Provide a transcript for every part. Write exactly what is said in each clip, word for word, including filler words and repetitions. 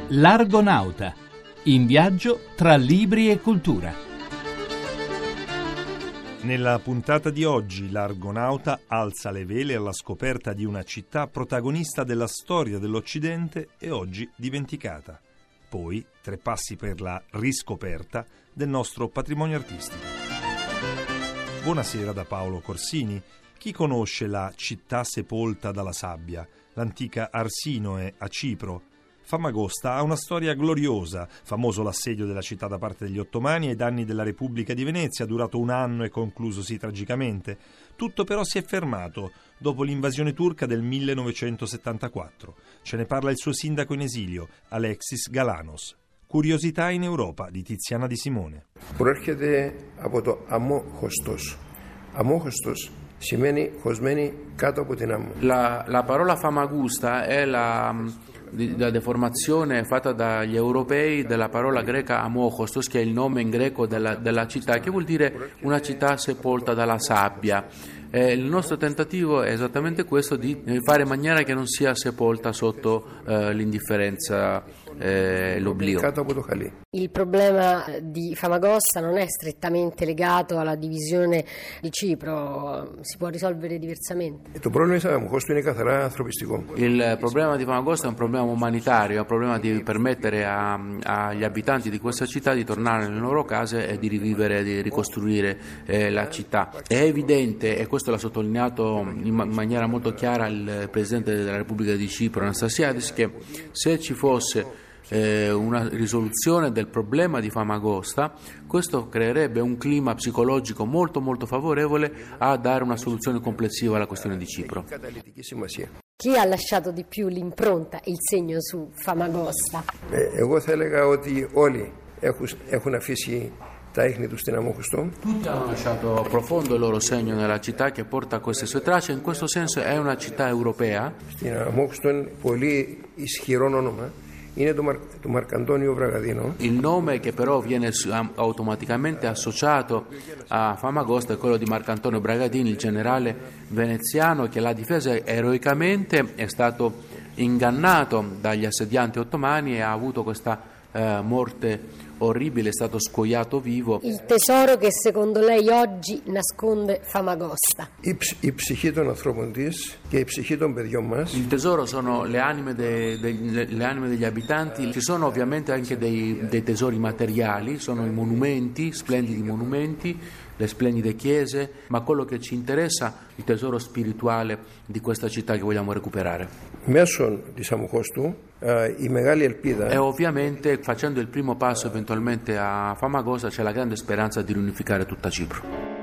L'Argonauta, in viaggio tra libri e cultura. Nella puntata di oggi l'Argonauta alza le vele alla scoperta di una città protagonista della storia dell'Occidente e oggi dimenticata. Poi tre passi per la riscoperta del nostro patrimonio artistico. Buonasera da Paolo Corsini. Chi conosce la città sepolta dalla sabbia, l'antica Arsinoe a Cipro? Famagosta ha una storia gloriosa, famoso l'assedio della città da parte degli ottomani ai danni della Repubblica di Venezia, durato un anno e conclusosi tragicamente. Tutto però si è fermato dopo l'invasione turca del millenovecentosettantaquattro. Ce ne parla il suo sindaco in esilio, Alexis Galanos. Curiosità in Europa di Tiziana Di Simone. Προέρχεται από το αμόχωστος. Αμόχωστος σημαίνει χωσμένη κάτω από την άμμο. La, la parola Famagusta è la, la deformazione fatta dagli europei della parola greca Amochostos, che è il nome in greco della, della città, che vuol dire una città sepolta dalla sabbia. Eh, il nostro tentativo è esattamente questo, di fare in maniera che non sia sepolta sotto eh, l'indifferenza e eh, l'oblio. Il problema di Famagosta non è strettamente legato alla divisione di Cipro, si può risolvere diversamente. Il problema di Famagosta è un problema umanitario, è un problema di permettere a, agli abitanti di questa città di tornare nelle loro case e di rivivere, di ricostruire eh, la città. È evidente, e questo l'ha sottolineato in maniera molto chiara il Presidente della Repubblica di Cipro, Anastasiadis, che se ci fosse eh, una risoluzione del problema di Famagosta, questo creerebbe un clima psicologico molto molto favorevole a dare una soluzione complessiva alla questione di Cipro. Chi ha lasciato di più l'impronta, il segno su Famagosta? Εγώ θα έλεγα ότι όλοι έχουν αφήσει τα ίχνη τους στην Αμόχωστο. Tutti hanno lasciato profondo il loro segno nella città che porta queste sue tracce, in questo senso è una città europea. Στην Αμόχωστο είναι πολύ ισχυρό όνομα. Είναι το, Μαρ, το Μαρκαντώνιο Βραγαδίνο. Il nome che però viene automaticamente associato a Famagosta è quello di Marcantonio Bragadini, il generale veneziano che l'ha difesa eroicamente, è stato ingannato dagli assedianti ottomani e ha avuto questa eh, morte orribile, è stato scuoiato vivo. Il tesoro che secondo lei oggi nasconde Famagosta. Η, η ψυχή των ανθρώπων της και η ψυχή των παιδιών μας. Il tesoro sono le anime, de, de, le anime degli abitanti, ci sono ovviamente anche dei, dei tesori materiali, sono i monumenti, splendidi monumenti, le splendide chiese, ma quello che ci interessa è il tesoro spirituale di questa città che vogliamo recuperare. Μέσω της Αμοχώστου η μεγάλη ελπίδα. E ovviamente facendo il primo passo eventualmente a Famagosta c'è la grande speranza di riunificare tutta Cipro.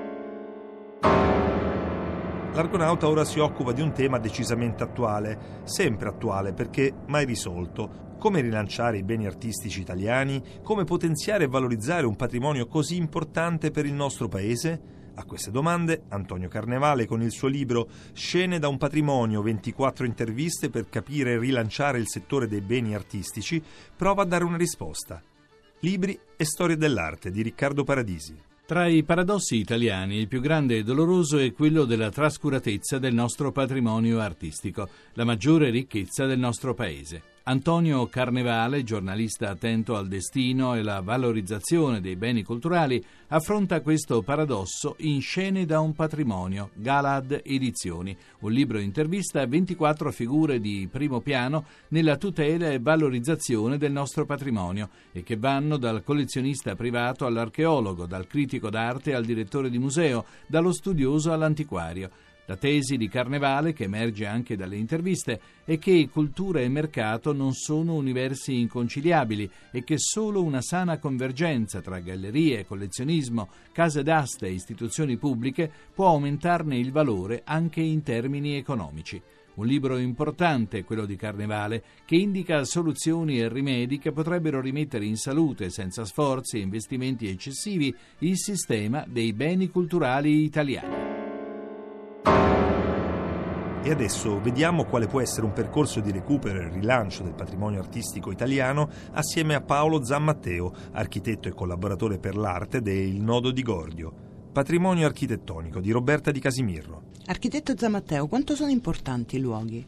L'Argonauta ora si occupa di un tema decisamente attuale, sempre attuale perché mai risolto. Come rilanciare i beni artistici italiani? Come potenziare e valorizzare un patrimonio così importante per il nostro paese? A queste domande Antonio Carnevale, con il suo libro Scene da un patrimonio, ventiquattro interviste per capire e rilanciare il settore dei beni artistici, prova a dare una risposta. Libri e storie dell'arte di Riccardo Paradisi. Tra i paradossi italiani il più grande e doloroso è quello della trascuratezza del nostro patrimonio artistico, la maggiore ricchezza del nostro paese. Antonio Carnevale, giornalista attento al destino e alla valorizzazione dei beni culturali, affronta questo paradosso in Scene da un patrimonio, Galad Edizioni, un libro intervista a ventiquattro figure di primo piano nella tutela e valorizzazione del nostro patrimonio e che vanno dal collezionista privato all'archeologo, dal critico d'arte al direttore di museo, dallo studioso all'antiquario. La tesi di Carnevale, che emerge anche dalle interviste, è che cultura e mercato non sono universi inconciliabili e che solo una sana convergenza tra gallerie, collezionismo, case d'asta e istituzioni pubbliche può aumentarne il valore anche in termini economici. Un libro importante, quello di Carnevale, che indica soluzioni e rimedi che potrebbero rimettere in salute, senza sforzi e investimenti eccessivi, il sistema dei beni culturali italiani. E adesso vediamo quale può essere un percorso di recupero e rilancio del patrimonio artistico italiano assieme a Paolo Zammatteo, architetto e collaboratore per l'arte del Nodo di Gordio. Patrimonio architettonico di Roberta Di Casimirro. Architetto Zammatteo, quanto sono importanti i luoghi? Sono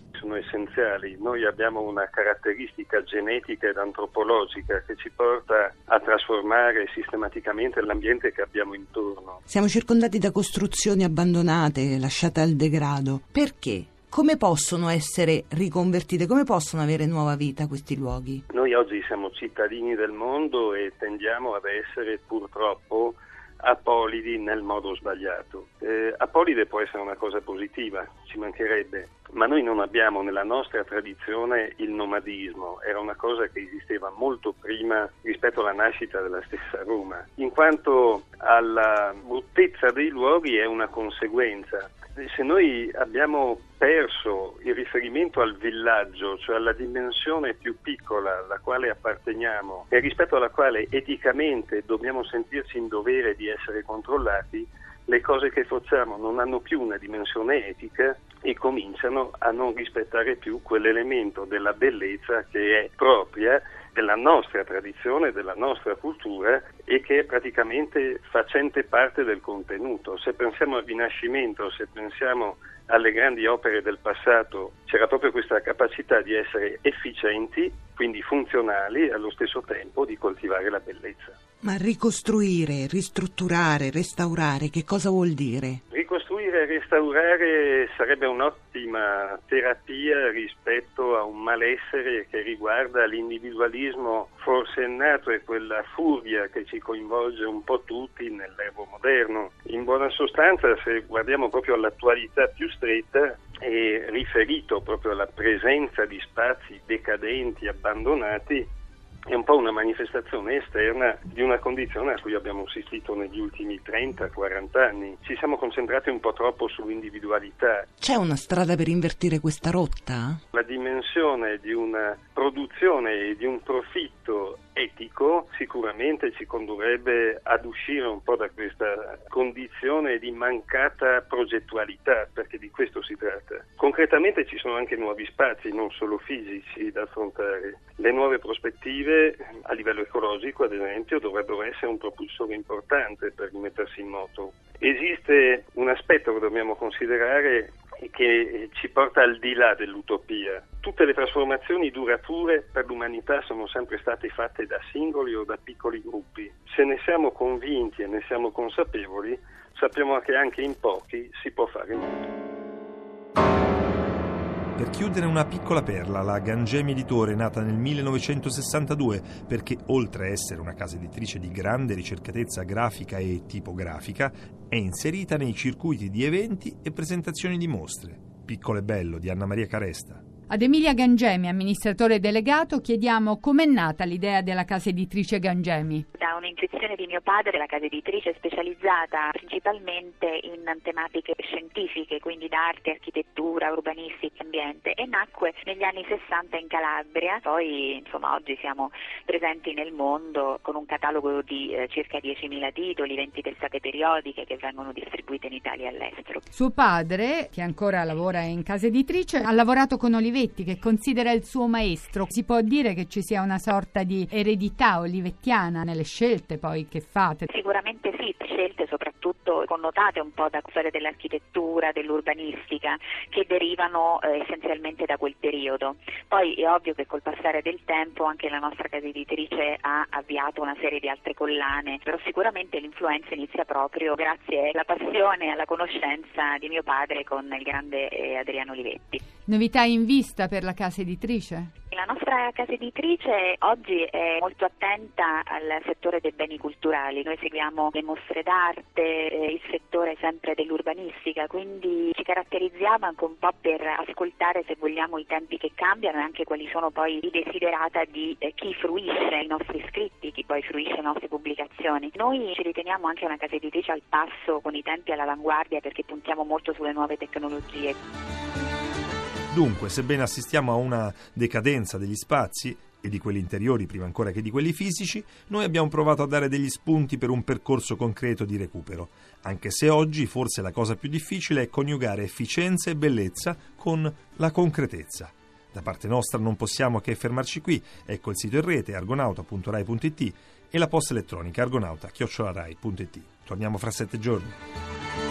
essenziali. Noi abbiamo una caratteristica genetica ed antropologica che ci porta a trasformare sistematicamente l'ambiente che abbiamo intorno. Siamo circondati da costruzioni abbandonate, lasciate al degrado. Perché? Come possono essere riconvertite? Come possono avere nuova vita questi luoghi? Noi oggi siamo cittadini del mondo e tendiamo ad essere purtroppo apolidi nel modo sbagliato. Eh, apolide può essere una cosa positiva, ci mancherebbe, ma noi non abbiamo nella nostra tradizione il nomadismo, era una cosa che esisteva molto prima rispetto alla nascita della stessa Roma, in quanto alla bruttezza dei luoghi è una conseguenza. Se noi abbiamo perso il riferimento al villaggio, cioè alla dimensione più piccola alla quale apparteniamo e rispetto alla quale eticamente dobbiamo sentirci in dovere di essere controllati, le cose che facciamo non hanno più una dimensione etica e cominciano a non rispettare più quell'elemento della bellezza che è propria della nostra tradizione, della nostra cultura e che è praticamente facente parte del contenuto. Se pensiamo al Rinascimento, se pensiamo alle grandi opere del passato, c'era proprio questa capacità di essere efficienti, quindi funzionali e allo stesso tempo di coltivare la bellezza. Ma ricostruire, ristrutturare, restaurare, che cosa vuol dire? Ricostruire e restaurare sarebbe un'ottima terapia rispetto a un malessere che riguarda l'individualismo forsennato e quella furia che ci coinvolge un po' tutti nell'evo moderno. In buona sostanza, se guardiamo proprio all'attualità più stretta, è riferito proprio alla presenza di spazi decadenti, abbandonati, è un po' una manifestazione esterna di una condizione a cui abbiamo assistito negli ultimi trenta quaranta anni. Ci siamo concentrati un po' troppo sull'individualità. C'è una strada per invertire questa rotta? La dimensione di una produzione e di un profitto etico sicuramente ci condurrebbe ad uscire un po' da questa condizione di mancata progettualità, perché di questo si tratta. Concretamente ci sono anche nuovi spazi, non solo fisici, da affrontare. Le nuove prospettive a livello ecologico, ad esempio, dovrebbero essere un propulsore importante per rimettersi in moto. Esiste un aspetto che dobbiamo considerare che ci porta al di là dell'utopia. Tutte le trasformazioni durature per l'umanità sono sempre state fatte da singoli o da piccoli gruppi. Se ne siamo convinti e ne siamo consapevoli, sappiamo che anche in pochi si può fare molto. Per chiudere una piccola perla, la Gangemi Editore è nata nel millenovecentosessantadue perché, oltre a essere una casa editrice di grande ricercatezza grafica e tipografica, è inserita nei circuiti di eventi e presentazioni di mostre. Piccolo e bello di Anna Maria Caresta. Ad Emilia Gangemi, amministratore delegato, chiediamo com'è nata l'idea della casa editrice Gangemi. Da un'intuizione di mio padre, la casa editrice è specializzata principalmente in tematiche scientifiche, quindi da arte, architettura, urbanistica, ambiente, e nacque negli anni sessanta in Calabria. Poi, insomma, oggi siamo presenti nel mondo con un catalogo di eh, circa diecimila titoli, venti testate periodiche che vengono distribuite in Italia e all'estero. Suo padre, che ancora lavora in casa editrice, ha lavorato con Olivetti, che considera il suo maestro. Si può dire che ci sia una sorta di eredità olivettiana nelle scelte poi che fate? Sicuramente sì, scelte soprattutto connotate un po' da storia dell'architettura, dell'urbanistica, che derivano eh, essenzialmente da quel periodo. Poi è ovvio che col passare del tempo anche la nostra casa editrice ha avviato una serie di altre collane, però sicuramente l'influenza inizia proprio grazie alla passione e alla conoscenza di mio padre con il grande eh, Adriano Olivetti. Novità in vista per la casa editrice? La nostra casa editrice oggi è molto attenta al settore dei beni culturali. Noi seguiamo le mostre d'arte, il settore sempre dell'urbanistica, quindi ci caratterizziamo anche un po' per ascoltare, se vogliamo, i tempi che cambiano e anche quali sono poi i desiderata di chi fruisce i nostri scritti, chi poi fruisce le nostre pubblicazioni. Noi ci riteniamo anche una casa editrice al passo con i tempi, all'avanguardia, perché puntiamo molto sulle nuove tecnologie. Dunque, sebbene assistiamo a una decadenza degli spazi e di quelli interiori prima ancora che di quelli fisici, noi abbiamo provato a dare degli spunti per un percorso concreto di recupero, anche se oggi forse la cosa più difficile è coniugare efficienza e bellezza con la concretezza. Da parte nostra non possiamo che fermarci qui. Ecco il sito in rete argonauta punto rai punto it e la posta elettronica argonauta chiocciola rai punto it. Torniamo fra sette giorni.